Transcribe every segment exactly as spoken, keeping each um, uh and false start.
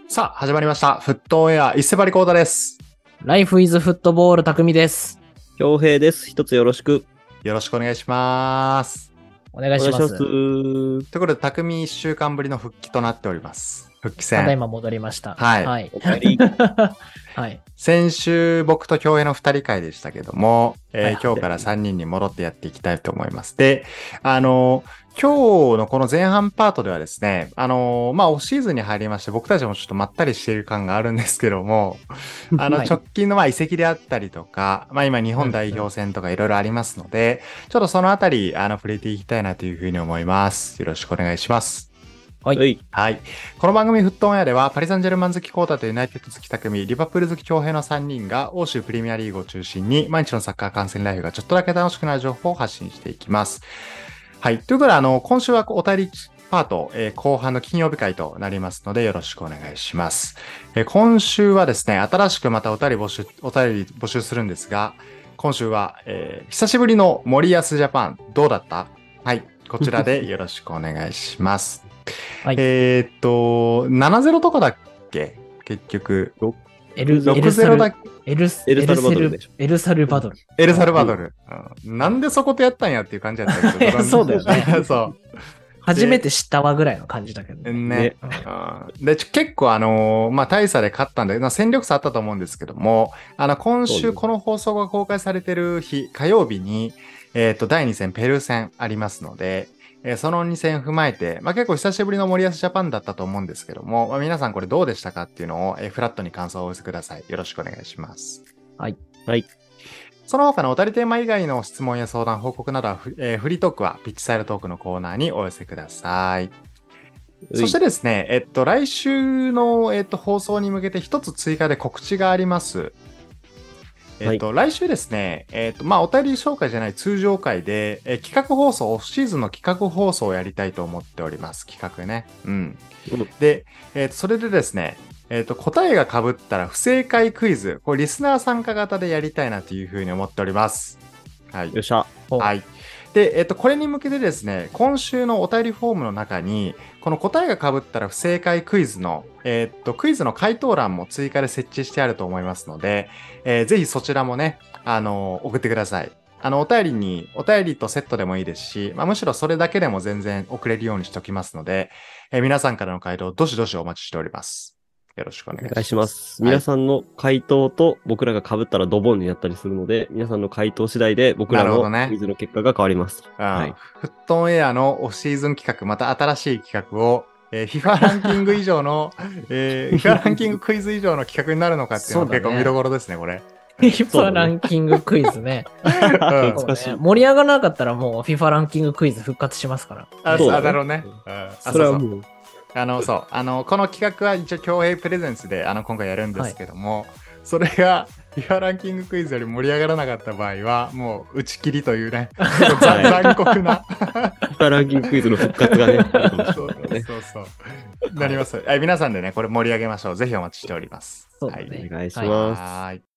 さあ、始まりました。フットオンエア、伊勢張りコーダです。 ライフイズフットボール匠です。 恭平です。一つよろしく。 よろしくお願いします。 お願いします。 お願いします。 ということで、匠一週間ぶりの復帰となっております。復帰戦。 ただいま戻りました。 はい。 はい。 お帰り。 はい。 先週、僕と恭平の二人会でしたけども、えーはい今日から三人に戻ってやっていきたいと思います。で、あの、今日のこの前半パートではですね、あの、まあ、オフシーズンに入りまして、僕たちもちょっとまったりしている感があるんですけども、あの、 はい直近のまあ移籍であったりとか、まあ今日本代表戦とかいろいろありますので、ちょっとそのあたり、あの、触れていきたいなというふうに思います。よろしくお願いします。 はいはい。 はい。この番組フットオンエアでは、パリ・サンジェルマン好きコータとユナイテッド好き匠、リバプール好き恭平のさんにんが、欧州プレミアリーグを中心に、毎日のサッカー観戦ライフがちょっとだけ楽しくなる情報を発信していきます。はい。ということで、あの、今週はお便りパート、えー後半の金曜日会となりますので、よろしくお願いします。えー今週はですね、新しくまたお便り募集、お便り募集するんですが、今週は、えー久しぶりの森保ジャパン、どうだった？はい。こちらでよろしくお願いします。 はい。 えーっと、ななたいゼロとかだっけ結局。 エル、エろくたいゼルサルロだっけエルス、 エルサルバドルでしょエルサルバドル。 エルサルバドル、うん。なんでそことやったんやっていう感じだったけど。 そうだよねそ初めて知ったわぐらいの感じだけどう。 ね。 ね。 ねうんで、ち結構あのーまあ、大差で勝ったんで、まあ、戦力差あったと思うんですけども、あの、今そうね週この放送が公開されてる日、火曜日に、えーっと、だいに戦ペルー戦ありますので、えーそのに戦踏まえて、まあ、結構久しぶりの森保ジャパンだったと思うんですけども、まあ、皆さんこれどうでしたかっていうのを、えーフラットに感想をお寄せください。よろしくお願いします。 はい。 はい。 その他のおたりテーマ以外の質問や相談、報告などはフ、えーフリートークはピッチサイドトークのコーナーにお寄せください。そしてですね、えっと、来週の、えっと、放送に向けて一つ追加で告知があります。えっと、来週ですね、えっと、まあ、お便り紹介じゃない通常回で、えー企画放送、オフシーズンの企画放送をやりたいと思っております。企画ね。うん。 うんで、えっと、それでですね、えっと、答えが被ったら不正解クイズ、これリスナー参加型でやりたいなというふうに思っております。はいよ。っしゃ。 はいい。で、えっと、これに向けてですね、今週のお便りフォームの中に、この答えが被ったら不正解クイズの、えっと、クイズの回答欄も追加で設置してあると思いますので、えーぜひそちらもね、あのー送ってください。あの、お便りに、お便りとセットでもいいですし、まあ、むしろそれだけでも全然送れるようにしておきますので、えー皆さんからの回答、どしどしお待ちしております。よろしくお願いします。 お願いします。 はい皆さんの回答と僕らが被ったらドボンになったりするので、皆さんの回答次第で僕らのなるほどねクイズの結果が変わります。 うんはい。 フットオンエアのオフシーズン企画、また新しい企画を、えー、FIFA ランキング以上の、えー、FIFA ランキングクイズ以上の企画になるのかっていうのがそうだね結構見どころですね、これ。 FIFA ランキングクイズね。 うんそう懐かしいね。盛り上がらなかったらもう FIFA ランキングクイズ復活しますから。 あ、そうう、 そだねあ、なるほどね。うんあそれはそうそうもう、 あの、そう、あの、この企画は一応、共栄プレゼンスで、あの、今回やるんですけども、それが FIFA ランキングクイズより盛り上がらなかった場合は、もう打ち切りというね、 はい残酷な。 FIFA ランキングクイズの復活がね、あるかもしれそうないからね。 そうそう。なります。はい、皆さんでね、これ盛り上げましょう。ぜひお待ちしております。 そうだねはいお願いしはいます。 はーい。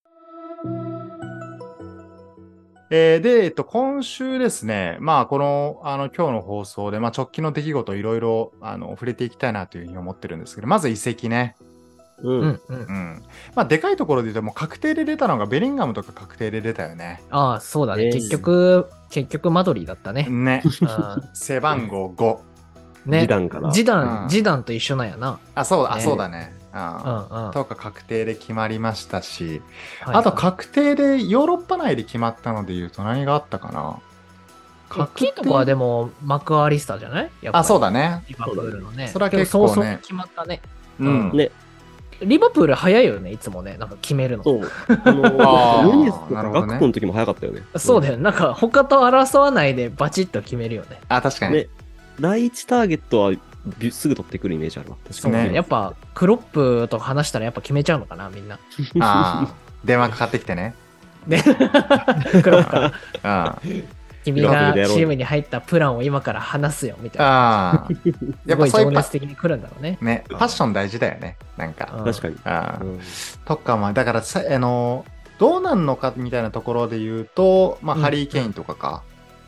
えーで、えっと、今週ですね、まあ、この、あの、今日の放送で、まあ、直近の出来事いろいろ、あの、触れていきたいなというふうに思ってるんですけど、まず移籍ね。 う。 うんんう。 うんん。まあ、でかいところで言うと、もう確定で出たのがベリンガムとか確定で出たよね。 ああ、そうだね。 えー結局、結局マドリーだったね。 ね。 うん背番号ご。 ね。 示談から。 ジダン、 うんジダンと一緒なんやな。 あ、そうだ、あ、 ねそうだね。うん。 うんうん。 とか確定で決まりましたし、 はいあと確定でヨーロッパ内で決まったので言うと何があったかな。 大きいとこはでもマクアリスタじゃないやっぱりあ、そうだね。 リバプールのね。 それは結構ねでも早々に決まったね。 うん。 ね。 リバプール早いよね、いつもね。なんか決めるの。 そう。あの、 あーヌニエスとかなるほどねガクポの時も早かったよね。 そうだよ。なんか他と争わないでバチッと決めるよね。 あ、確かに。 ね。第一ターゲットはビュすぐ取ってくるイメージあるわ。確かに。 そうね。 ねやっぱクロップと話したらやっぱ決めちゃうのかな、みんな。 ああ、電話かかってきてね。 ね。クロップから。 あ君がチームに入ったプランを今から話すよ、みたいな。 ああ。やっぱすごい情そういうパ熱的に来るんだろうね。 ね、ファッション大事だよね。なんか。 うん確かに。 ああうんとか、まあ、だからさ、あの、どうなんのかみたいなところで言うと、まあ、 うんハリー・ケインとかか。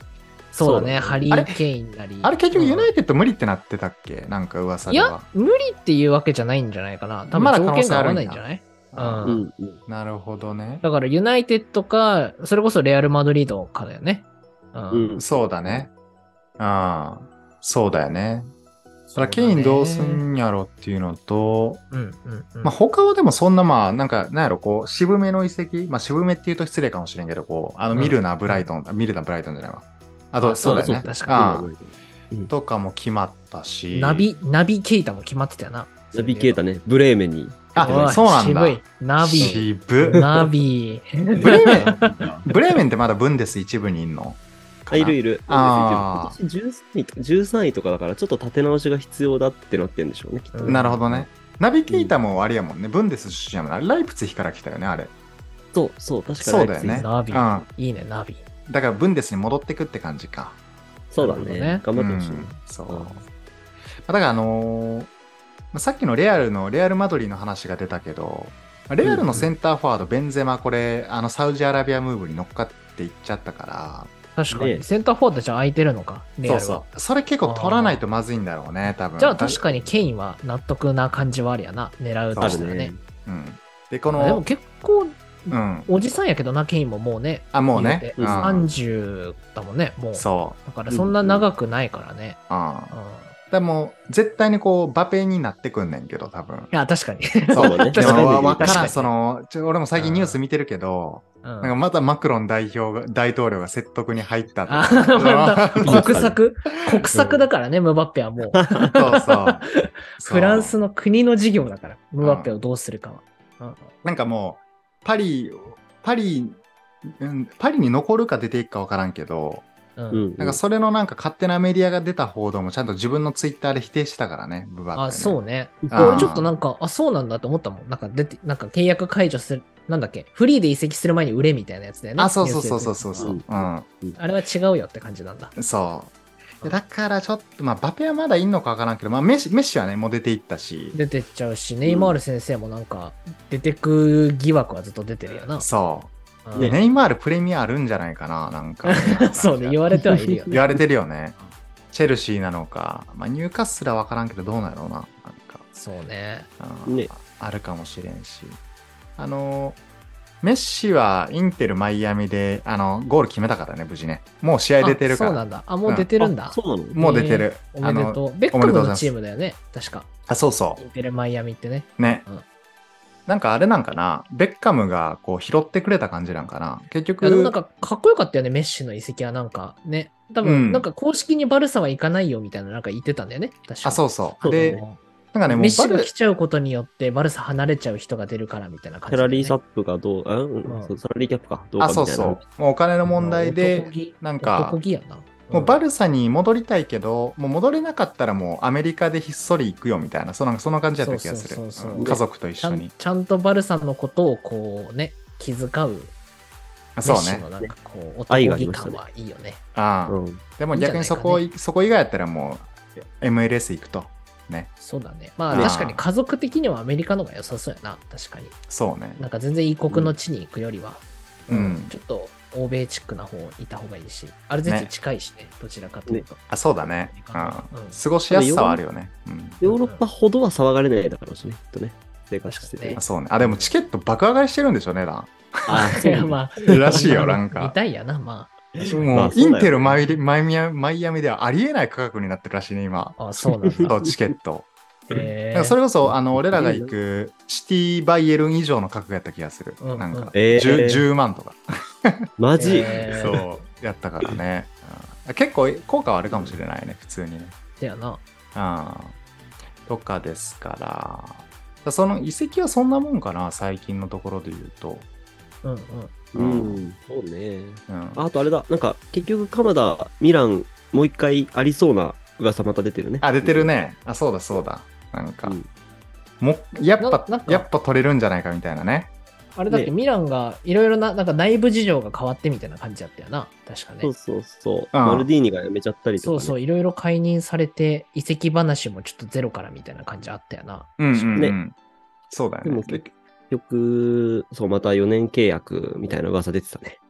そうだね、 そうだねハリー・ケインなり。 あれ結局ユナイイテッド無理ってなってたっけなんか噂いやでは。、 無理っていうわけじゃないんじゃないかな。多まだ可分条件が合能性あるんやわないんじゃないあーうん。 うんうん。 なるほどね。 だからユナイテッドか、それこそレアル・マドリードかだよね。うん。 うんそうだね。ああ、そうだよね。だからそうだねケインどうすんやろっていうのと、 うんうんうん。 まあ他はでもそんなまあ、なんか、なんやろ、こう、渋めの遺跡、まあ渋めって言うと失礼かもしれんけど、こう、あの、 うんミルナ、ブライトン、ミルナ、ブライトンじゃないわ。あと、 あそうだよね。 そうだそう確あうんあとかも決まったし。 ナビ、ナビケイタも決まってたよな。 ナビゲータね、ブレーメンに。 あおいそうなんだ渋い。ナビ。 渋。 ナビ。 ブレーメン、ブレーメンってまだブンデス一部にいんのあ、いるいる。 あー今年じゅうさんいとか、じゅうさんいとかだから、ちょっと立て直しが必要だってなってるんでしょうね、きっとね。 なるほどね。ナビゲーターもあれやもんね。ブンデス出身やもんね。あれライプツヒから来たよね、あれ。 そう、そう、確かに。 そうだよねナビうん。 いいね、ナビ。 だからブンデスに戻ってくって感じか。 そうだねなるほどね。 頑張ってほしい。 うんそう。 うんまあだからあのーまあさっきのレアルの、レアルマドリーの話が出たけど、まあレアルのセンターフォワード、ベンゼマ、これ、あの、サウジアラビアムーブに乗っかっていっちゃったから、 確かねに。センターフォワードじゃ空いてるのか、レアルは。 そうそう。それ結構取らないとまずいんだろうね、多分。 じゃあ確かにケインは納得な感じはあるやな。狙うとあるしたらねね。。 うん。で、こでもの、 結構、 うん。 おじさんやけどな、ケインももうね。 あ、もうね。 言うてうんさんじゅうだもんね、もう。 そだからそんな長くないからね。 う。うん。 うん。いでも、絶対にこう、バペになってくんねんけど、多分。 や、確かに。 そうだねで確かにも、わからん、 確かにその、ちょ俺も最近ニュース見てるけど、 うんなんかまたマクロン代表が、大統領が説得に入ったとあか。 またうん国策国策だからね、ムバッペはもう。 そうそう。 フランスの。 の国の事業だから、ムバッペをどうするかは。うんなんかもう、パリ、パリ、うんパリに残るか出ていくかわからんけど、 うんうん。 なんかそれのなんか勝手なメディアが出た報道もちゃんと自分のツイッターで否定したからね、ブバッペ、ね。 あ、そうね。 あー俺ちょっとなんか、あ、そうなんだと思ったもん。なんか出て、なんか契約解除する、なんだっけ、フリーで移籍する前に売れみたいなやつだよね。 あ、そうそうそうニュースでそうそうそう。 うんうん。 あれは違うよって感じなんだ。 そう。でだからちょっと、まあ、バペはまだいんのかわからんけど、まあ、メッシメッシはね、もう出ていったし、 出てっちゃうし、ネイマール先生もなんか、出てく疑惑はずっと出てるよな。 そう。 うんでネイマールプレミアあるんじゃないかな、なんか。 そうね、言われてはいるよね。 言われてるよね。チェルシーなのか、まあ、ニューカッスルはわからんけど、どうなんやろうな。なんか、 そうね。 うんねあるかもしれんし。あの、メッシはインテルマイアミで、あの、ゴール決めたからね、無事ね。もう試合出てるから。 あそうなんだ。あ、もう出てるんだ。 あそうなのもう出てる。 おめでとう。 あのベッカおめでとうございますムのチームだよね。確か。 あ、そうそインテルマイアミってね。 う。ね。 うんなんかあれなんかな、ベッカムがこう拾ってくれた感じなんかな。結局、 いやでもなんかかっこよかったよね、メッシの移籍はなんかね。多うん分、なんか公式にバルサは行かないよみたいななんか言ってたんだよね。確かあ、そうそう。 そうで、なんかね、もメッシうバルが来ちゃうことによってバルサ離れちゃう人が出るからみたいな感じだよね、 サラリーサップがどう、あうんうんそうサラリーキャップか。どうかあ、 みたいな。 そうそう。もうお金の問題で男、気なんか男気やな。 もうバルサに戻りたいけど、もう戻れなかったらもうアメリカでひっそり行くよみたいな、そなんかそんな感じだった気がする。 そうそうそうそううん家族と一ちゃん緒に。 ちゃんとバルサのことをこうね、気遣うメあそうねッシの。なんかこう、 愛が男気ありましたね感はいいよね。 ああうん。 でも逆にそこ、 いいんそこ以外やったらもう エムエルエス 行くと。ね。 そうだね。まあね確かに家族的にはアメリカの方が良さそうやな。確かに。 そうね。 なんか全然異国の地に行くよりは、 うんちょっと欧米チックな方いた方がいいし、アルゼンチン近いしね、どちらかというと。 あ、そうだね。うん。 うん過ごしやすさはあるよね。うん。 ヨーロッパほどは騒がれないだろうしね、きっとね。生活してて確かにね。 あそうね。あ、でもチケット爆上がりしてるんでしょ、値段。 あいやまあ、 らしいよ、なん見か。 たいやな、まもう、 まあそうだよねインテルマイマイミヤマイアミではありえない価格になってるらしいね、今。 あ。あ、そうなんだ。 そう、チケット。 へーなんかそれこそ、あの、俺らが行くシティバイエルン以上の価格やった気がする。 うんなんか、 えー 10, じゅうまんとか。 マジ、 へーそう、やったからね。うん結構効果はあるかもしれないね、普通にね。 だよな。 うん。とかですから。その遺跡はそんなもんかな、最近のところで言うと。 うんうん。 うん、そうね。 うん。 ああとあれだ、なんか結局カナダ、ミラン、もう一回ありそうな噂また出てるね。 あ、出てるね。あ、そうだそうだ。なんか、 うんもやっぱななん、かやっぱ取れるんじゃないかみたいなね。 あれだっけ、 ねミランがいろいろな、なんか内部事情が変わってみたいな感じだったよな。確かね。 そうそうそう。 うんマルディーニが辞めちゃったりとか、ね。 そうそう、いろいろ解任されて、移籍話もちょっとゼロからみたいな感じあったよな。 うんうん、うんねそうだよね。 でも結局、そう、またよねん契約みたいな噂出てたね。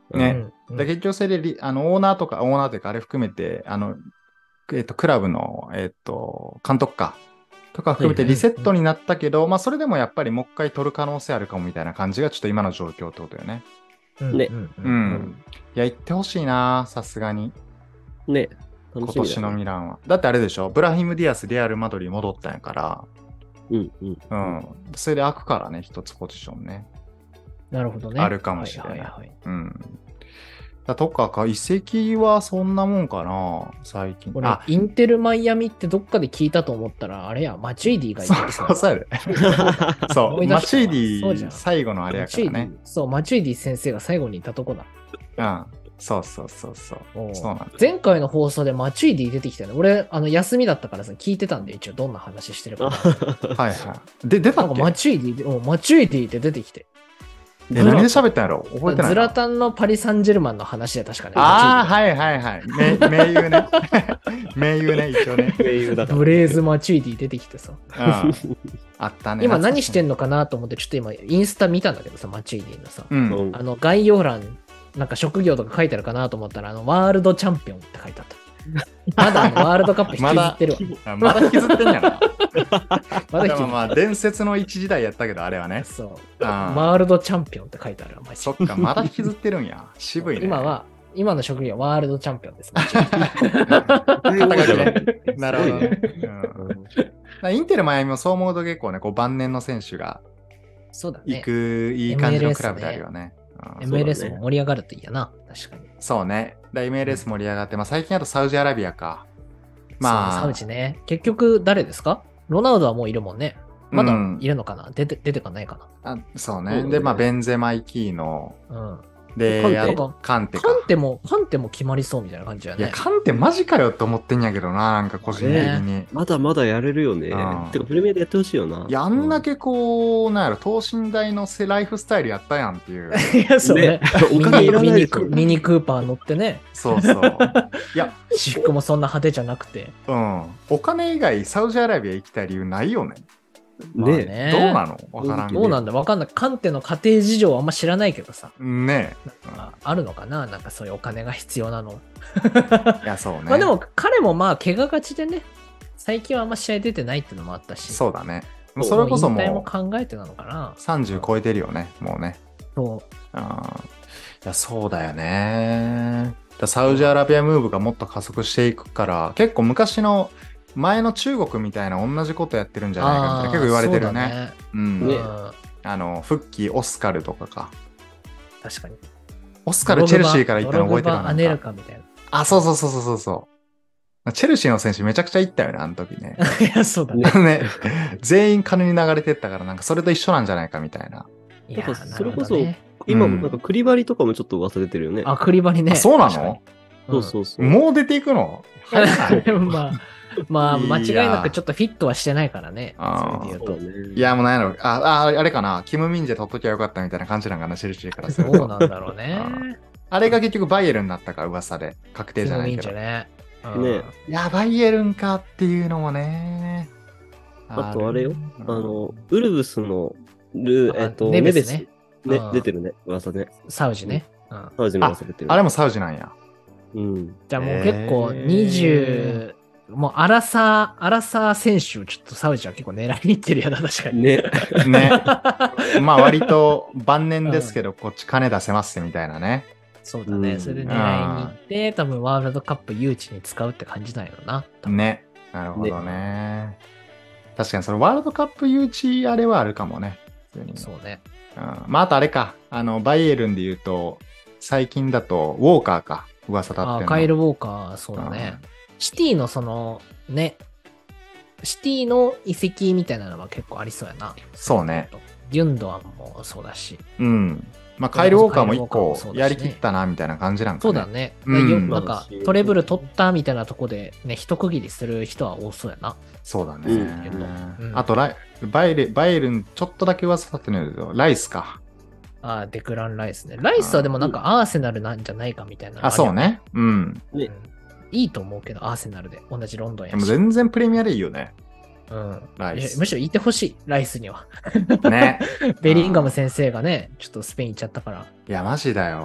ね。 うんで結局それでリ、あの、オーナーとか、オーナーというか、あれ含めて、あの、えっと、クラブの、えっと、監督か、とか含めてリセットになったけど、まあ、それでもやっぱりもう一回取る可能性あるかもみたいな感じが、ちょっと今の状況ってことよね。 ねうんうんううんん。いや、行ってほしいな、さすがに。 ね。 今楽しみだ年のね。 ミランは。だってあれでしょ、ブラヒム・ディアス、レアル・マドリー戻ったんやから、 うんうん。 うん。それで開くからね、一つポジションね。 なるほどね。 あるかもしれないはいはいはいうん。だとかか、移籍はそんなもんかな、最近。 これあ、 インテルマイアミってどっかで聞いたと思ったら、あれや、マチュイディがいそうてそうそうやで。そう、 思い出したわマチュイディそうじゃん最後のあれやからね。 そう、マチュイディ先生が最後にいたとこだ。 うん。そうそうそうそう。 おうそうなんだ。 前回の放送でマチュイディ出てきたよね。俺、あの、休みだったからさ、聞いてたんで、一応どんな話してるか。 はいはい。で、出たっけなんかマチュイディで、おマチュイディって出てきて。 え、何で喋ったんやろ覚えてないな。 ズラタンのパリ・サンジェルマンの話で確かね。 ああ、 マチュイディはいはいはい。名名優ね。名優ね、一応ね。 名優だから。 ブレーズ・マチュイディ出てきてさ。 うん。あったね。 今何してんんのかなと思って、ちょっと今、インスタ見たんだけどさ、マチュイディのさ。 うん。 うんあの、概要欄、なんか職業とか書いてあるかなと思ったら、あの、ワールドチャンピオンって書いてあった。まだあのワールドカップ引きずってるわ。 あまだ引きずってんやな。 まだ引きずってるでもまあ、伝説の一時代やったけど、あれはね。 そう。 あーワールドチャンピオンって書いてあるわ、マジそっか、まだ引きずってるんや。渋いね。 今は、今の職業はワールドチャンピオンです。 肩書きね。なるほどね。 すうんインテルマイアミもそう思うと結構ね、こう晩年の選手がそうだね。 行くいい感じのクラブであるよね。うんエムエルエス も盛り上がるといいやな、確かに。 そうね。だ エムエルエス 盛り上がって、まあ最近あとサウジアラビアか。まあ、 そうサウジね。結局、誰ですかロナウドはもういるもんね。まだうんいるのかな、出て、出てかないかあそうそうね。 ねで、まあベンゼマイキーノ。 な。うん。 で、 カンテあとカンテか。 カンテも、カンテも決まりそうみたいな感じだよいや、 ね。 カンテマジかよって思ってんやけどな、なんか個人的に。 まだまだやれるよねうん。 てか、プレミアでやってほしいよな。 いや、あんだけこう、なんやろ、等身大のせライフスタイルやったやんっていう。 いや、そうねね。お金いらないでしょミニミニクーパー乗ってね。 そうそう。いや、 私服もそんな派手じゃなくて。 うん。お金以外サウジアラビア行きたい理由ないよね。 まあねねどうなのわからんけどうなんだわかんない。カンテの家庭事情はあんま知らないけどさ。 ねなんかあるのかななんかそういうお金が必要なの。 え。いや、そうね。 まあでも彼もまあ怪我がちでね、最近はあんま試合出てないっていうのもあったし。 そうだね。 そうそれこそ引退もも考えてなのかなうさんじゅう超えてるよね、もうね。 そうん。いや、そうだよね。だサウジアラビアムーブがもっと加速していくから、結構昔の前の中国みたいな同じことやってるんじう。 ゃないかみたいな結構言われてるよあーね。うん。 ねうんあの、フッキー、オスカルとかか。 確かに。 オスカル、チェルシーから行ったの覚えてるドログバアネなんかルカみたいな。 あ、そうそうそうそうそうそう。チェルシーの選手めちゃくちゃ行ったよね、あの時ね。 いや、そうだね。 ね。全員金に流れてったから、なんかそれと一緒なんじゃないかみたいな。 いやなんかそれこそなるほどね今もうんなんかクリバリとかもちょっと噂出てるよね。 あ、クリバリね。 あそうな確かにのそうそうそう。 もう出ていくの早ないでもまあ、まあ、 いや間違いなくちょっとフィットはしてないからね。 あーそれで言うと。 そうね。 いや、もうなんやろ。あ、あ、あれかな。キム・ミンジェ取っときゃよかったみたいな感じなんかな、チェルシーからすると。 そうなんだろうね。 あれが結局バイエルンになったか、噂で。確定じゃないいいんけど。 じゃね。 ねいや、バイエルンかっていうのもね。 あとあれよ。 うんあの、ウルブスのル、 あえっと、 ネベスネベスねねうん出てるね。噂ね。 サウジね。うんサウジの噂出てる。 あれもサウジなんや。 うん。 じゃあもう結構へーにじゅう、もうアラサー、アラサー選手をちょっとサウジは結構狙いに行ってるやな、確かに。 ね。 ね。まあ割と晩年ですけど、こっち金出せますってみたいなね。 そうだね。 うんそれで狙いに行って、多分ワールドカップ誘致に使うって感じなんやろな。多分ね。なるほどね。確かにそのワールドカップ誘致あれはあるかもね。普通にそうね。 うん、まああとあれか。あの、バイエルンで言うと、最近だと、ウォーカーか。噂立ってんの。 あカイル・ウォーカー、そうだね。シティのその、ね、シティの遺跡みたいなのは結構ありそうやな。 そうね。 ギュンドアンもそうだし。 うん。まあカイル・ウォーカーも一カイルウォーカーも個そうだしねやりきったな、みたいな感じなんかね。 そうだね。 うんよなんか、トレブル取ったみたいなとこでね、一区切りする人は多そうやな。 そうだね。 うんうんあとライバイレ、バイエルン、ちょっとだけ噂立ってるんだけど、ライスか。 ああ、デクラン・ライスね。ライスはでもなんかアーセナルなんじゃないかみたいなのあ、そうるよ。 ね。うん。 うんねいいと思うけど、アーセナルで。同じロンドンでもやし。 全然プレミアでいいよね。 うんライスいやむしろいてほしい、ライスには。 ね。 ベリンガム先生がね、ちょっとスペイン行っちゃったから。 いや、マジだよ。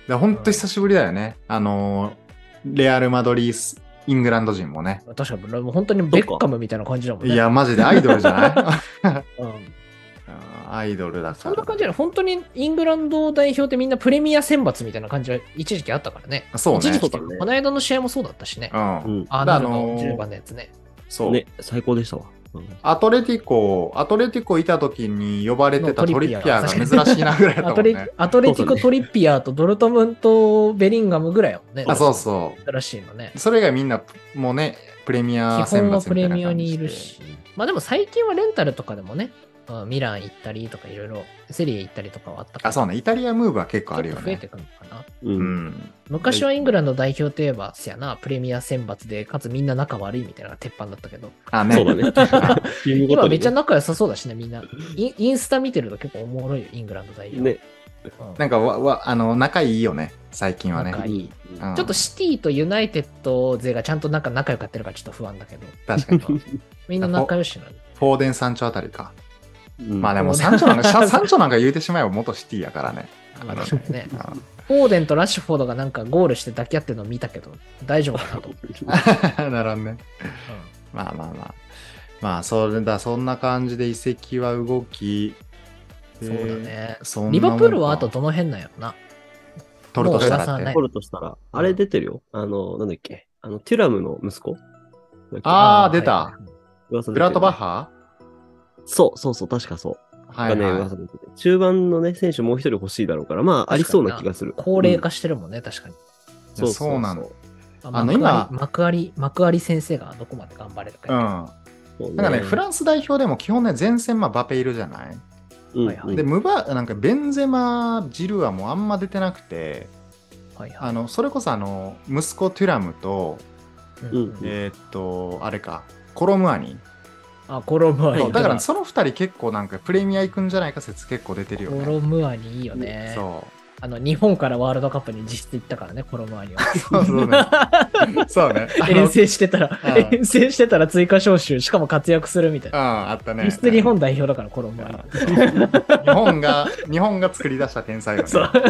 でほんと久しぶりだよね。あのー、レアル・マドリー、イングランド人もね。 確かに、もう本当にベッカムみたいな感じだもんね。 いや、マジでアイドルじゃないうんアイドルだから。 そんな感じだよ。本当にイングランド代表ってみんなプレミア選抜みたいな感じは一時期あったからね。 そうね。 一時期ってそうだねこの間の試合もそうだったしね。 うん。 うん。 あだのあのーじゅうばんのやつね。 そう。 ね、最高でしたわ。うんアトレティコ、アトレティコいた時に呼ばれてたトリッピアのトリッピが珍しいなぐらいだったアトレもんね。 アトレティコ・トリッピアーとドルトムント・ベリンガムぐらいやもんね。 あ、そうそ珍しいのねう。。それがみんな、もうね、プレミア基選抜みたいな感じで本はプレミアにいるし。まあでも最近はレンタルとかでもね、うんミラン行ったりとかいろいろ、セリエ行ったりとかはあったから。 あ、そうね。イタリアムーブは結構あるよね。 結構増えてくるのかな。 う。 うんん。 昔はイングランド代表といえば、せやな、プレミア選抜で、かつみんな仲悪いみたいなのが鉄板だったけど、 あ、ね。 そうだね。チームごとにね今めっちゃ仲良さそうだしね、みんな。インインスタ見てると結構おもろいよ、イングランド代表。 ね。 うんなんかわ、わ、あの、仲いいよね。最近はね。 仲いいうんちょっとシティとユナイテッド勢がちゃんと仲仲良かってるからちょっと不安だけど、 確かに。フみんな仲良しなの。 ォーデン・サンチョあたりか。 うんまあでも、サンチョなんか、ササンチョなんか言うてしまえば元シティやからね。 まあ確かにね。 うんフォーデンとラッシュフォードがなんかゴールして抱き合ってるのを見たけど、大丈夫かなと思って。 なるほどね。まあまあまあ。まあ、それだ、そんな感じで遺跡は動き。 そうだね。 そんなリバプールはもんかあとどの辺なんやろな。 取るとしたらってもう噂はない。 取るとしたら、あれ出てるよ。あの、なんだっけ。あの、テュラムの息子あーー出たはいはいはい噂出てるブラッドバッハそうそうそう、確かそう。がね、 はいはい噂出てて中盤のね、選手もう一人欲しいだろうから、まあ、ありそうな気がする。 高齢化してるもんね、確かに。 いやそうなの。あの幕張今幕張、幕張先生がどこまで頑張れるかうやん。 そうね。 なんかね、フランス代表でも基本ね、前線まあバペいるじゃないうんはいはいで、ムバ、なんかベンゼマ、ジルーはもうあんま出てなくて、 はいはい。 あの、それこそあの、息子トゥラムと、 うんうんえーっと、あれか、コロムアニ。 あ、コロムアニ。 そうだからその二人結構なんかプレミア行くんじゃないか説結構出てるよコね。 ロムアニいいよね。 そあの、日本からワールドカップに実質行ったからね、コロムアニは。 う。そうそうね。そうね。あの遠征してたらう、ん遠征してたら追加招集、しかも活躍するみたいな。 うん、あったね。 実質日本代表だから、コロムアニ。 日本が、日本が作り出した天才よね。 そう。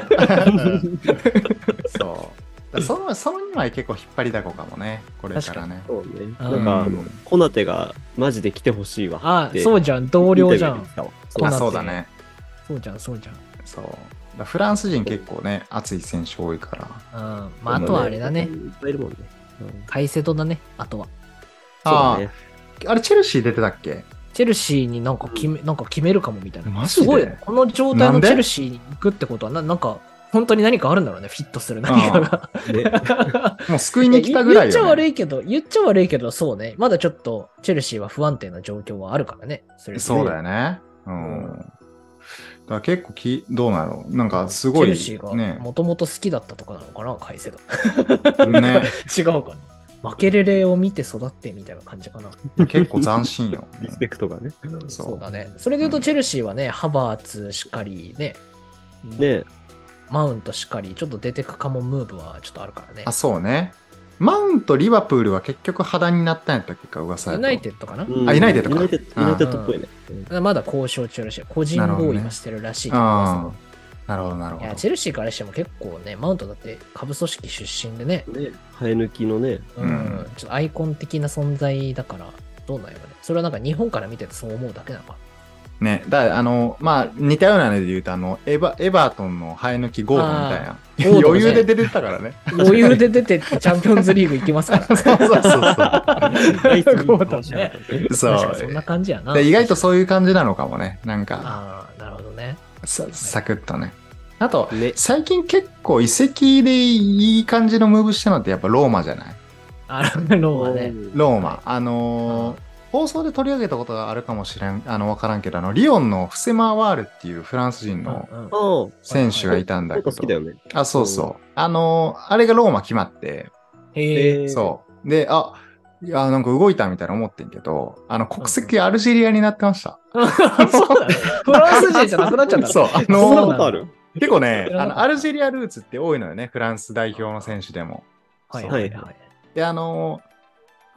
そう。だその、そのにまい結構引っ張りだこかもね。これからね。 そうね。 うんなんか、あの、コナテがマジで来てほしいわあっ、て。 そうじゃん、同僚じゃんインタビューで。来たわあ、 コナテそうだね。 そうじゃん、そうじゃん。 そう。だフランス人結構ね、熱い選手多いから。 うん。まあ、あとはあれだねい。っぱいいるもんね。うんカイセドだね、あとは。 そうだね。 あれ、チェルシー出てたっけチェルシーになんか決め、なんか決めるかもみたいな。 マジですごいよね。この状態なんでのチェルシーに行くってことは、ななんか、本当に何かあるんだろうね、フィットする何かが。 もう救いに来たぐらい言っちゃよ、ね。 悪いけど、言っちゃ悪いけど、そうね。まだちょっと、チェルシーは不安定な状況はあるからね。それそうだよ。 よね。うん。 うんだから結構き、どうなのなんかすごい、 チェルシーがね。 もともと好きだったとかなのかな、カイセド。 ね。 違うかな。負けれれを見て育ってみたいな感じかな。 結構斬新よ。 リスペクトがね。 そそううだね。それで言うと、チェルシーはね、ハバーツしかりね、 ねマウントしかり、ちょっと出てくかもムーブはちょっとあるからねあ、。そうね。マウント、リバプールは結局破談になったんやったっけか、噂やと。 ユナイテッドかな、 うんあユナイテッドかユナイテッドユナイテッドっぽいね。うんまだ交渉中らしい。個人合意はしてるらしいけどああ。なるほど、なるほどいや、。チェルシーからしても結構ね、マウントだって下部組織出身でね、 ね生え抜きのね。 うん、 うんちょっとアイコン的な存在だから、どうなんやろね。それはなんか日本から見ててそう思うだけなのかね。だからあの、まあ、似たようなので言うと、あの、エバ、エバートンの生え抜きゴードンみたいな。 ゴードンね余裕で出てたからね。 な。余裕で出てってチャンピオンズリーグ行きますから。 そうそうそうそう。 大好きゴードンねそう確かにそんな感じやな。 で意外とそういう感じなのかもね。なんか、 ああ、なるほどね。 さサクッとね。あと、 ね。 最近結構遺跡でいい感じのムーブしたのってやっぱローマじゃないあの、ローマね。 ローマ。あのー放送で取り上げたことがあるかもしれん、あの、わからんけど、あの、リオンのフセマワールっていうフランス人のうんうんああ、 選手がいたんだけど。 ちょっと好きだよね。 あ、そうそう。あのーあれがローマ決まって、 へえ。 そう。で、あ、いや、なんか動いたみたいな思ってんけど、あの、国籍アルジェリアになってました。 そうだね。フランス人じゃなくなっちゃった。 そう、あそんなのーことある結構ね知、らなかったあの、アルジェリアルーツって多いのよね、フランス代表の選手でも。 はいそうはいはい。 で、あのー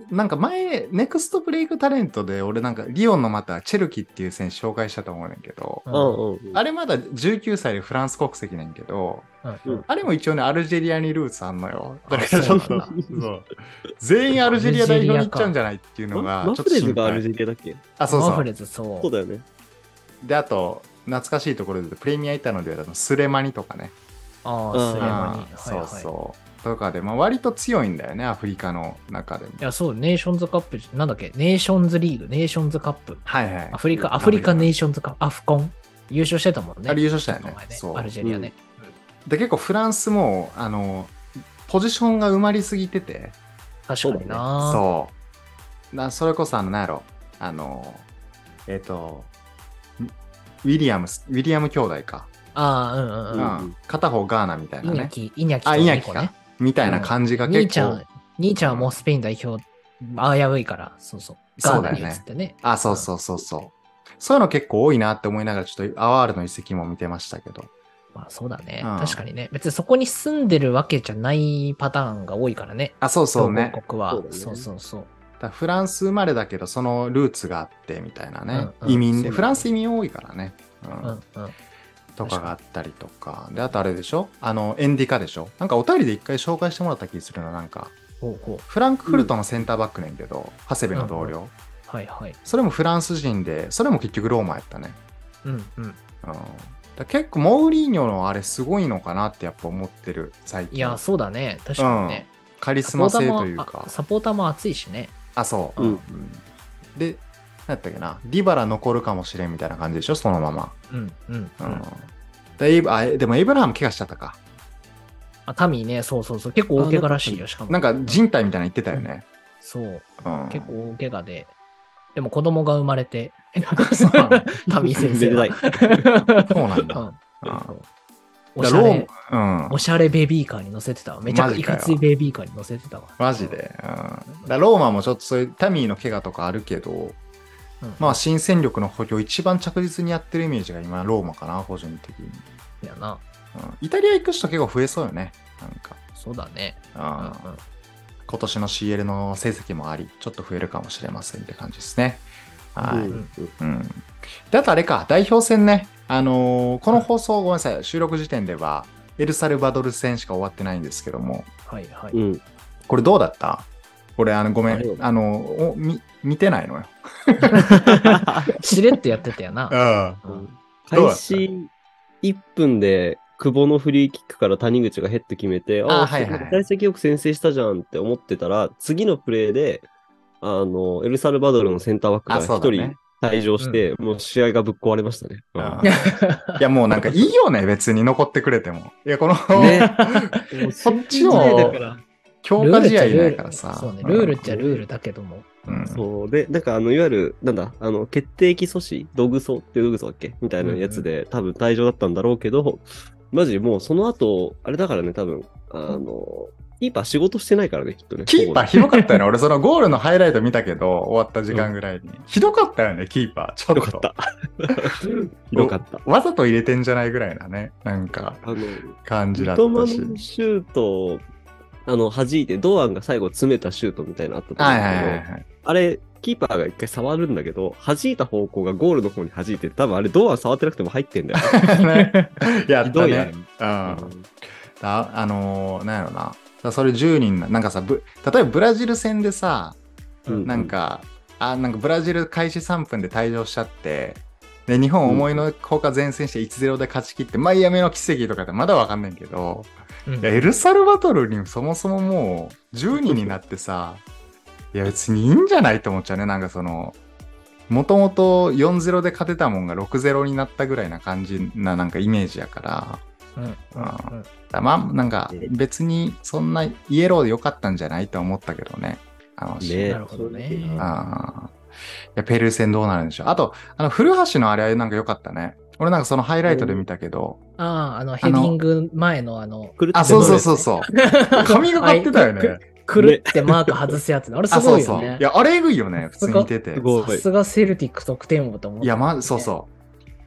なんか前、ネクストブレイクタレントで俺なんかリオンのまたチェルキっていう選手紹介したと思うねんけど、 うんうんうん。 あれまだじゅうきゅうさいでフランス国籍ねんけど、 うんうんあれも一応ね、アルジェリアにルーツあんのよ。だかあらちょっと、 そうなんだそう全員アルジェリア代表に行っちゃうんじゃないっていうのが、 マちょっと心フレズがアル配。 ジェリアだっけ？ あ、そうそう。 マフレズ、そう。 そうだよね。 で、あと、懐かしいところでプレミアいたので、あのスレマニとかね。 ああ、 うんスレマニ。 うんはいそうはい。 そう。とかで、まあ、割と強いんだよね、アフリカの中でも。 いや、そう、ネーションズカップ、なんだっけ、ネーションズリーグ、ネーションズカップ。 はいはい。 アフリカ、アフリカネーションズカップ、アフコン。優勝してたもんね。 あれ優勝したよねこの前そうアルジェリアね。 で、結構フランスも、あの、ポジションが埋まりすぎてて、 確かにな。 そう。なそれこそ、あの、なんやろ、あの、えっ、と、ウィリアムス、ウィリアム兄弟か。 ああ、うんうんううん。 ん。片方ガーナみたいなね。 イニャキ、イニャキとあ、イニャニコねキか。。みたいな感じが兄結構。 ちゃん、兄ちゃんはもうスペイン代表、危ういから、そうそう。ガーナに移ってね。 あ、そうそうそうそう。そういうの結構多いなって思いながら、ちょっとアワールの遺跡も見てましたけど。 まあそうだね。 うん確かにね。別にそこに住んでるわけじゃないパターンが多いからね。 あ、そうそうね。 強豪国は。 そうだねそうそうそう。 だフランス生まれだけど、そのルーツがあってみたいなね。 うんうん移民で、 そうフランス移民多いからね。うんうんうん。 とかがあったりとか。で、あとあれでしょあの、エンディカでしょなんかお便りで一回紹介してもらった気するの、なんか。 ほうほう。 フランクフルトのセンターバックねんけど、長谷部の同僚。 はいはい。 それもフランス人で、それも結局ローマやったね。 うんうん。 うん、だ結構モーリーニョのあれすごいのかなってやっぱ思ってる最近。 いや、そうだね。確かにね。 カリスマ性というサポーターもかあ。サポーターも熱いしね。 あ、そう。 うんで、なんやったっけな、ディバラ残るかもしれんみたいな感じでしょ、そのまま。 うんうんううんん。 でエイブあでもエイブラハム怪我しちゃったか。 あ、タミーね、そうそうそう。結構大怪我らしいよ、しかも。 なんか人体みたいなの言ってたよね。 そう。 うん、 結構大怪我で。でも子供が生まれて。 そうなのタミー先生は。 めでたそうなんだ。 うんうんそうおしゃれ、 うんおしゃれベビーカーに乗せてたわ。めちゃくちゃいマジかよかついベビーカーに乗せてたわ。 マジで。うん、だからローマもちょっとそういうタミーの怪我とかあるけど、 うんまあ新戦力の補強一番着実にやってるイメージが今ローマかな、個人的に。 やな。 うん、イタリア行く人結構増えそうよね。なんか。 そうだね。 うんうんうん今年の シーエル の成績もあり、ちょっと増えるかもしれませんって感じですね。はい。 うんうん。で、あとあれか、代表戦ね。あのーこの放送ごめんなさい、収録時点では、エルサルバドル戦しか終わってないんですけども、 はいはい。 うん。 これどうだった俺、あの、ごめあれよん、あの、おみ見てないのよ。 しれっとやってたよな。 あうんどうだった開始いっぷんで、久保のフリーキックから谷口がヘッド決めて、ああ、 はいはいはい幸先よく先制したじゃんって思ってたら、次のプレーで、あの、エルサルバドルのセンターバックあ、 が一そうだね人。退場して、もう試合がぶっ壊れましたね。 あうんいや、もうなんかいいよね、別に残ってくれても。いや、この、 ねそっちを強化試合いないからさ。 そうね、ルールっちゃルールだけども。 うん。 そう。で、なんかあの、いわゆる、なんだ、あの、決定機阻止、ドグソっていうドグソだっけみたいなやつで、多分退場だったんだろうけど、マジもうその後、あれだからね、多分、あの、キーパー仕事してないからね、きっとね。 キーパーひどかったよね。俺そのゴールのハイライト見たけど、終わった時間ぐらいに。ひどかったよね、キーパー。ちょっと。 ひどかった。ひどかった。 わざと入れてんじゃないぐらいなね、なんか、 あの、 感じだ三ったし。 笘のシュートを、あの、弾いて、堂安が最後詰めたシュートみたいなのあったと思はいうんだけど、 はいはいはい。 あれ、キーパーが一回触るんだけど、弾いた方向がゴールの方に弾いて、多分あれ堂安触ってなくても入ってんだよ。 ねやったひどいあれね。うん。だあのー、なんやろな。だそれじゅうにんな、なんかさ、ぶ例えばブラジル戦でさ、 うんなんか、あ、なんかブラジル開始さんぷんで退場しちゃって、で、日本思いのほか前線していちたいゼロで勝ち切って、マイアミの奇跡とかってまだわかんないけど、 うんいやエルサルバドルにそもそももうじゅうにんになってさ、いや別にいいんじゃないと思っちゃうね。なんかその、もともとよんたいゼロで勝てたもんがろくたいゼロになったぐらいな感じななんかイメージやから、 うんうんうんだまあなんか別にそんなイエローでよかったんじゃないと思ったけどね。あのシーンねなるほどねあーいやペルー戦どうなるんでしょう。あと、あの古橋のあれはなんか良かったね。俺なんかそのハイライトで見たけど、 ああ、あの、ヘディング前のあの、 狂ってあ、そうそうう。 そうそう。神がかってたよね。 くるってマーク外すやつね。あれすあ、そうそう。 ごいよねい。や、あれえぐいよね。普通に見ててす。ごいさすがセルティック得点王と思った。 いや、ま、そうそう。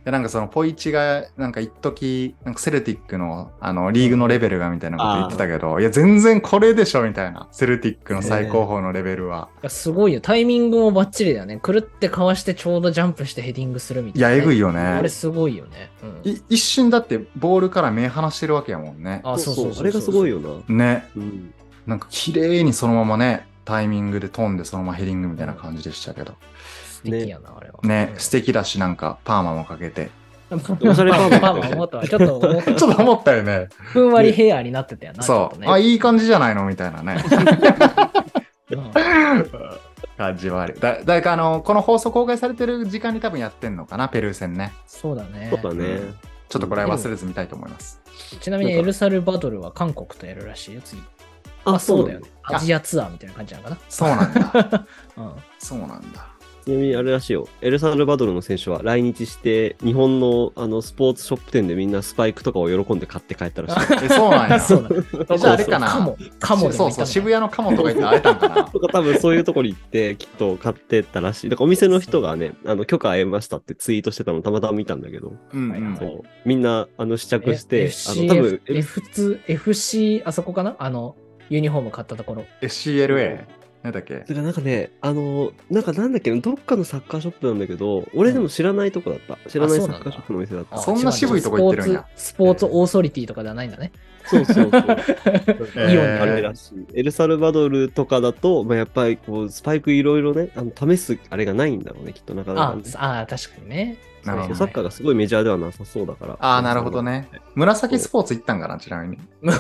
で、なんかそのポイチが、なんか一時なんかセルティックの、あの、リーグのレベルがみたいなこと言ってたけど、いや、全然これでしょみたいな。セルティックの最高峰のレベルは。 いやすごいよ。タイミングもバッチリだよね。くるってかわしてちょうどジャンプしてヘディングするみたいな、ね。 いや、えぐいよね。 あれすごいよね。うん、 い一瞬だってボールから目離してるわけやもんね。 あ、そうそうそうそう。 あれがすごいよな。 ね。 うん、 なんか綺麗にそのままね、タイミングで飛んでそのままヘディングみたいな感じでしたけど。 素敵やな、あれは。 ね、 うん、 素敵だし、なんかパーマもかけて。 おしゃれパーマパーマ思ったわ。ちょっと思った。 ちょっと思ったよね。 ふんわりヘアになってたよな。 そう。 ね、 あ、いい感じじゃないのみたいなね。 うん、 感じはある。だ、だからあの、この放送公開されてる時間に多分やってんのかな、ペルー戦ね。 そうだね。 そうだね。 ちょっとこれは忘れず見たいと思います。 ちなみにエルサルバドルは韓国とやるらしいよ、次。あ、そうだよね。アジアツアーみたいな感じなのかな。 そうなんだ。 うん、 そうなんだ。 ちなみにあれらしいよ。エルサルバドルの選手は来日して、日本のあのスポーツショップ店でみんなスパイクとかを喜んで買って帰ったらしい。 え、そうなんや。 そうだ。 じゃああれかな。 カモ。カモでそうそう、渋谷のカモとか行って会えたんかな。 とか多分そういうところに行ってきっと買ってったらしい。だからお店の人がね、あの許可得ましたってツイートしてたのたまたま見たんだけど、 うんうん、 そうみんなあの試着して、 あの多分 エフツー、エフシー あそこかなあのユニフォーム買ったところ。 エフシーエルエー。なんだっけ。 だからなんかね、あの、なんかなんだっけ、どっかのサッカーショップなんだけど、俺でも知らないとこだった。うん、知らないサッカーショップのお店だった。 そんな渋いとこ行ってるんや。 スポーツオーソリティとかではないんだね。 そうそうそう。イオンにあるらしい。エルサルバドルとかだと、まあ、やっぱりこうスパイクいろいろね、あの試すあれがないんだろうね、きっとなかなか、ね。 ああ、確かにね。 なるほど。 サッカーがすごいメジャーではなさそうだから。 ああ、なるほどね。紫スポーツ行ったんかな、ちなみに。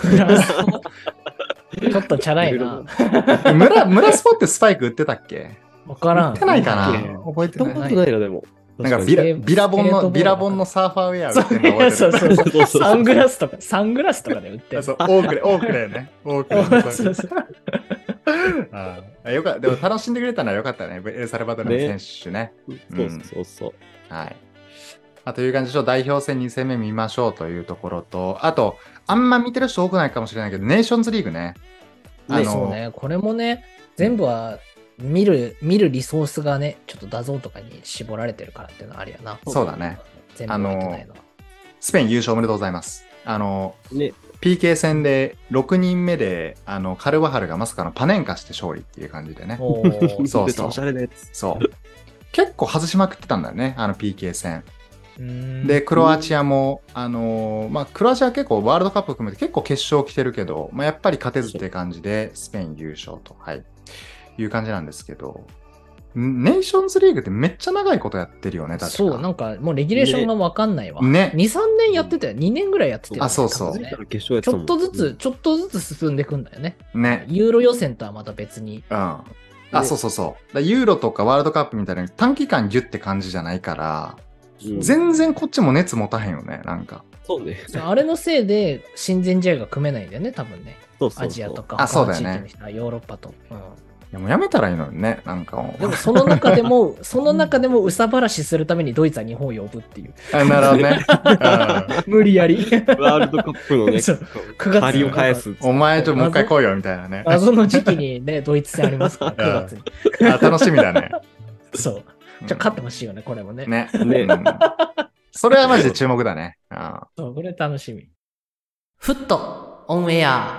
ちょっとチャラいな。 村、村スポってスパイク売ってたっけ？ わからん。 売ってないかな？覚えてない。 ないな、でも。 なんかビラ、ビラボンの、ビラボンのサーファーウェア売ってるの覚えてる。 そうそうそう。サングラスとか、サングラスとかで売ってる。 そう、オークレ、オークレね。オークレ。そうそう。あよかった。でも楽しんでくれたのはよかったね。エルサルバドルの選手ね。 そうそうそう。 はい。あという感じで、代表戦に戦目見ましょうというところと、あと、あんま見てる人多くないかもしれないけど、ネーションズリーグね。 あのそうね、これもね、全部は見る、見るリソースがね、ちょっとダゾーンとかに絞られてるからっていうのはあるよな。 そうだね。 全部見てないのは。 スペイン優勝おめでとうございます。あの、 ね、 ピーケー 戦でろくにんめで、あの、カルバハルがまさかのパネンカして勝利っていう感じでね。そうそう。 おしゃれなやつ。 そう。結構外しまくってたんだよね、あの ピーケー 戦。で、クロアチアも、あのー、まあ、クロアチアは結構ワールドカップ含めて結構決勝来てるけど、まあ、やっぱり勝てずっていう感じで、スペイン優勝と、はい、いう感じなんですけど、ネーションズリーグってめっちゃ長いことやってるよね、確か。 そう、なんかもうレギュレーションがわかんないわ。 ね。 に、さんねんやってたよ。にねんぐらいやってたよ、ね。 あ、そうそう。 ね、ちょっとずつ、ちょっとずつ進んでいくんだよね。 ね。 ユーロ予選とはまた別に。 うん。あ、そうそうそう。ユーロとかワールドカップみたいな短期間ギュッて感じじゃないから、うん、全然こっちも熱持たへんよね、なんか。 そうね。 あれのせいで親善試合が組めないんだよね、多分ね。 そうそうそうアジアとか、 あ、そうだよね。 ヨーロッパと。うん、 いやもうやめたらいいのにね、なんかもう。 でもその中でも、その中でもうさばらしするためにドイツは日本を呼ぶっていう。 あ、なるほどね。 無理やり。 ワールドカップのね、 くがつ借りを返す。 お前ちょっともう一回来いよみたいなね。 謎の時期にね、ドイツ戦ありますから、くがつに。 あ、楽しみだね。 そう。じゃあ勝ってほしいよね、これもね。 ね。ね。それはマジで注目だね。あそう、これ楽しみ。フットオンエア。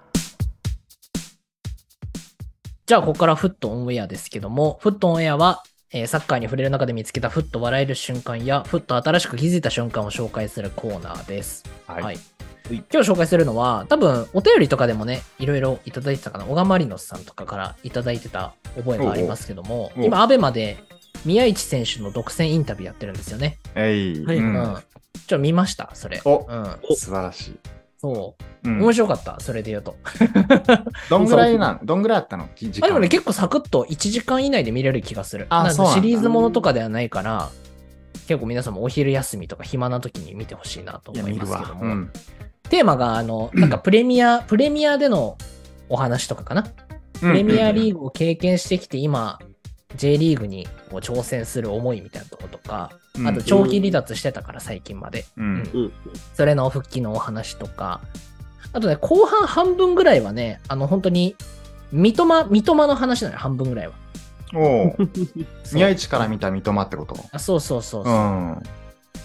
じゃあ、ここからフットオンエアですけども、フットオンエアは、えー、サッカーに触れる中で見つけたフット笑える瞬間や、フット新しく気づいた瞬間を紹介するコーナーです。はい。はい、今日紹介するのは、多分、お便りとかでもね、いろいろいただいてたかな。小川マリノスさんとかからいただいてた覚えがありますけども、おうおう今、アベマで、宮市選手の独占インタビューやってるんですよね。 えい。 はい。うん。ちょっと見ました、それ。 お、うん、素晴らしい。 そう、うん。面白かった、それで言うと。 どんぐらいな、どんぐらいあったの時間。 あ、でもね、結構サクッといちじかん以内で見れる気がする。 あ、そうなんだ。 シリーズものとかではないから、結構皆さんもお昼休みとか暇な時に見てほしいなと思いますけども。うん、テーマが、あの、なんかプレミア、プレミアでのお話とかかな。プレミアリーグを経験してきて、今、J リーグにこう挑戦する思いみたいなところとか、うん、あと長期離脱してたから最近まで、うんうん、それの復帰のお話とか、あとね後半半分ぐらいはね、あの本当に三笘三笘の話なのよ、半分ぐらいは。 おお宮市から見た三笘ってこと？ あ、そうそうそうそう、うん、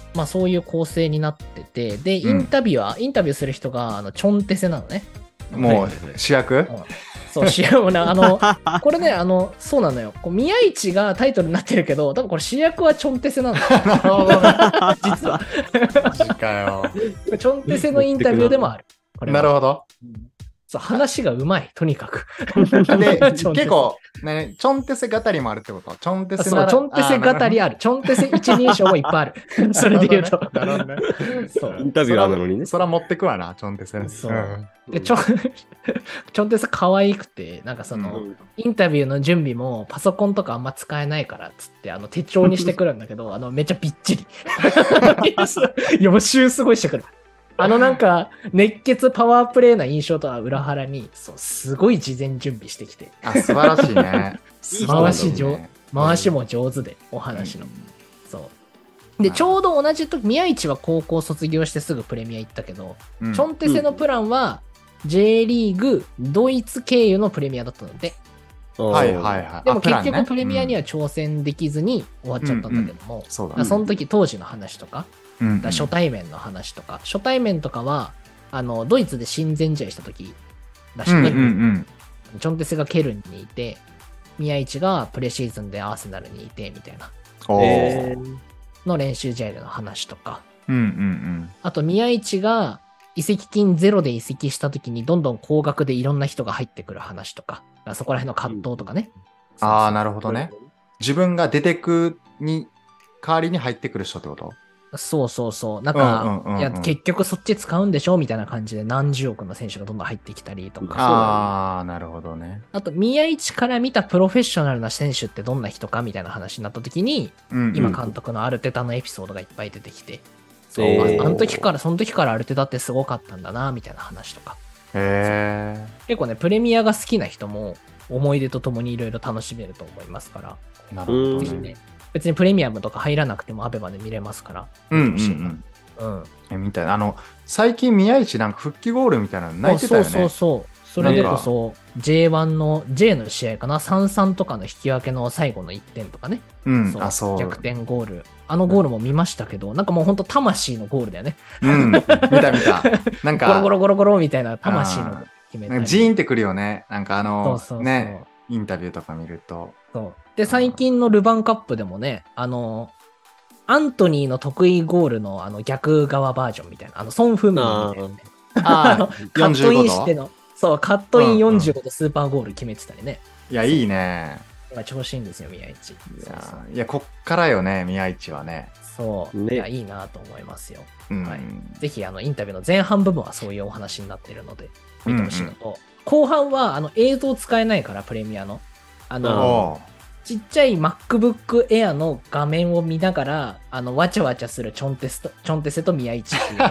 まあそういう構成になってて、で、インタビュアー、うん、インタビューする人が、あの、チョンテセなのね。 もう、主役、うん、 そう、主役な、あの、これね、あの、そうなのよ。こう宮市がタイトルになってるけど、多分これ主役はチョンテセなの。なるほど、ね。実は。 マジかよ。 チョンテセのインタビューでもある。これなるほど。 そう話がうまい、とにかく。 で、結構、ね、チョンテセ語りもあるってこと？チョンテセそう、チョンテセ語りある。チョンテセ一人称もいっぱいある。それで言うと。 なるほどね。 そう。インタビュアーなのにね。 そら持ってくわな、チョンテセ。 そう。で、チョン、チョンテセ可愛くて、なんかその、うん、インタビューの準備もパソコンとかあんま使えないからっつって、あの、手帳にしてくるんだけど、あの、めっちゃびっちり。予習すごいしてくる。あのなんか熱血パワープレイな印象とは裏腹に、そうすごい事前準備してきて、 あ素晴らしいね。 回し上、ね、回しも上手で、うん、お話の、うん、そうでちょうど同じ時宮市は高校卒業してすぐプレミア行ったけど、うん、チョンテセのプランは J リーグドイツ経由のプレミアだったので、 はいはいはい。 でも結局プレミアには挑戦できずに終わっちゃったんだけども、うんうん、そうだね、その時当時の話とか。うんうん、初対面の話とか、初対面とかは、あの、ドイツで親善試合した時だしね、うんうんうん、チョンテセがケルンにいて、宮市がプレシーズンでアーセナルにいて、みたいな。 えー、 の練習試合での話とか。 うんうんうん、 あと、宮市が移籍金ゼロで移籍した時に、どんどん高額でいろんな人が入ってくる話とか、そこら辺の葛藤とかね。 うん、ああ、なるほどね。自分が出てくに、代わりに入ってくる人ってこと？ そうそうそう。なんか、うんうんうんうん、いや、結局そっち使うんでしょみたいな感じで何十億の選手がどんどん入ってきたりとか。 ああ、なるほどね。 あと、宮市から見たプロフェッショナルな選手ってどんな人かみたいな話になった時に、うんうん、今監督のアルテタのエピソードがいっぱい出てきて、そう、えー、あ, あの時から、その時からアルテタってすごかったんだな、みたいな話とか。 へー。 結構ね、プレミアが好きな人も思い出とともにいろいろ楽しめると思いますから。 なるほど、 ぜひね。別にプレミアムとか入らなくてもアベマで見れますから。 うんうんうん。うん。みたいな。あの、最近宮市なんか復帰ゴールみたいなの泣いてたよね。 そうそうそう。それでこそ ジェイワン の J の試合かな さんたいさん とかの引き分けの最後のいってんとかね。 うん。 そうあ、そう。 逆転ゴール。あのゴールも見ましたけど、なんかもうほんと魂のゴールだよね。 うん。見た見た。なんか。 ゴロゴロゴロゴロみたいな魂の決めたり。 ジーンってくるよね。なんかあの、 そうそうそうね、インタビューとか見ると。 そう。で、最近のルヴァンカップでもね、あの、アントニーの得意ゴールのあの逆側バージョンみたいな、あの、ソン・フンミンみたいな、ね。ああ、カットインしての、そう、カットインよんじゅうごどスーパーゴール決めてたりね。 うんうん、いや、いいね。 今調子いいんですよ、宮市。いや、いやこっからよね、宮市はね。 そう。ね、いや、いいなと思いますよ。 うん、 はい。ぜひ、あの、インタビューの前半部分はそういうお話になっているので、見てほしいのと、うんうん、後半は、あの、映像使えないから、プレミアの。あの、ちっちゃい MacBook Air の画面を見ながら、あの、わちゃわちゃするチョンテスと、チョンテセと宮市っていう。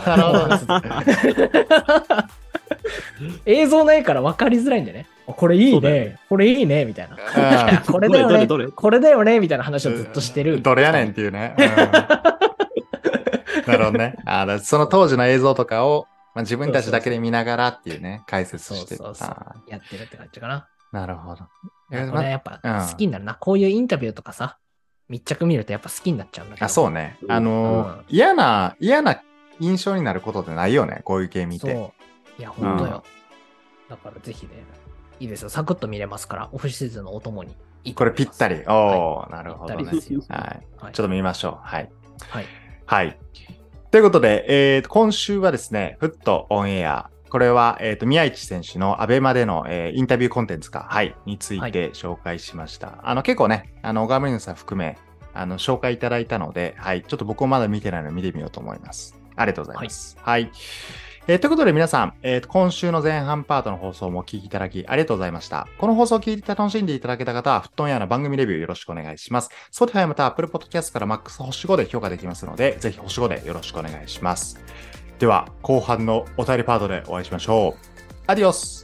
映像ないから分かりづらいんでね。これいいね。ねこれいいね。みたいな。これだよね。どれどれこれだよね。みたいな話をずっとしてる。 どれやねんっていうね。うん、なるほどね。あのその当時の映像とかを、まあ、自分たちだけで見ながらっていうね、解説してた。 そうそうそうやってるって感じかな。 なるほど。 これやっぱ好きになるな、うん。こういうインタビューとかさ、密着見るとやっぱ好きになっちゃうんだけど。 あ、そうね。あのーうん、嫌な、嫌な印象になることってないよね。こういう系見て。 そう。いや、ほんとよ。うん、だからぜひね、いいですよ。サクッと見れますから、オフシーズンのお供にいいとこれぴったり。おー、はい、なるほどね。 ですよはい。はい、ちょっと見ましょう。はい。 はい。 はい。ということで、えー、今週はですね、フットオンエア。これは、えっと、宮市選手のアベマでの、えー、インタビューコンテンツか、はい、について紹介しました。はい、あの、結構ね、あの、小川メニューさん含め、あの、紹介いただいたので、はい、ちょっと僕もまだ見てないので見てみようと思います。ありがとうございます。はい。はい、えー、ということで皆さん、えーと、今週の前半パートの放送もお聞きいただきありがとうございました。この放送を聞いて楽しんでいただけた方は、フットンヤーの番組レビューよろしくお願いします。Spotify また Apple Podcast から マックス 星ごで評価できますので、ぜひ星ごでよろしくお願いします。では、後半のお便りパートでお会いしましょう。アディオス。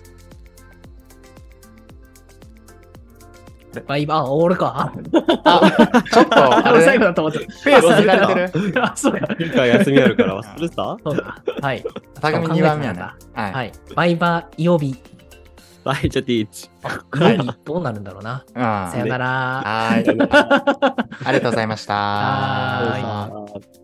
バイバー、あ、俺か。 あ、ちょっと、あれ、 最後だと思って。 ペース乱れてる。 あ、そうか。 今回休みあるから忘れてた？ そうだ。はい。 匠にばんめやな。 はい。はい。バイバー、曜日。 バイチャティーチ。 はい。どうなるんだろうな。さよなら。 はい。ありがとうございました。 はい。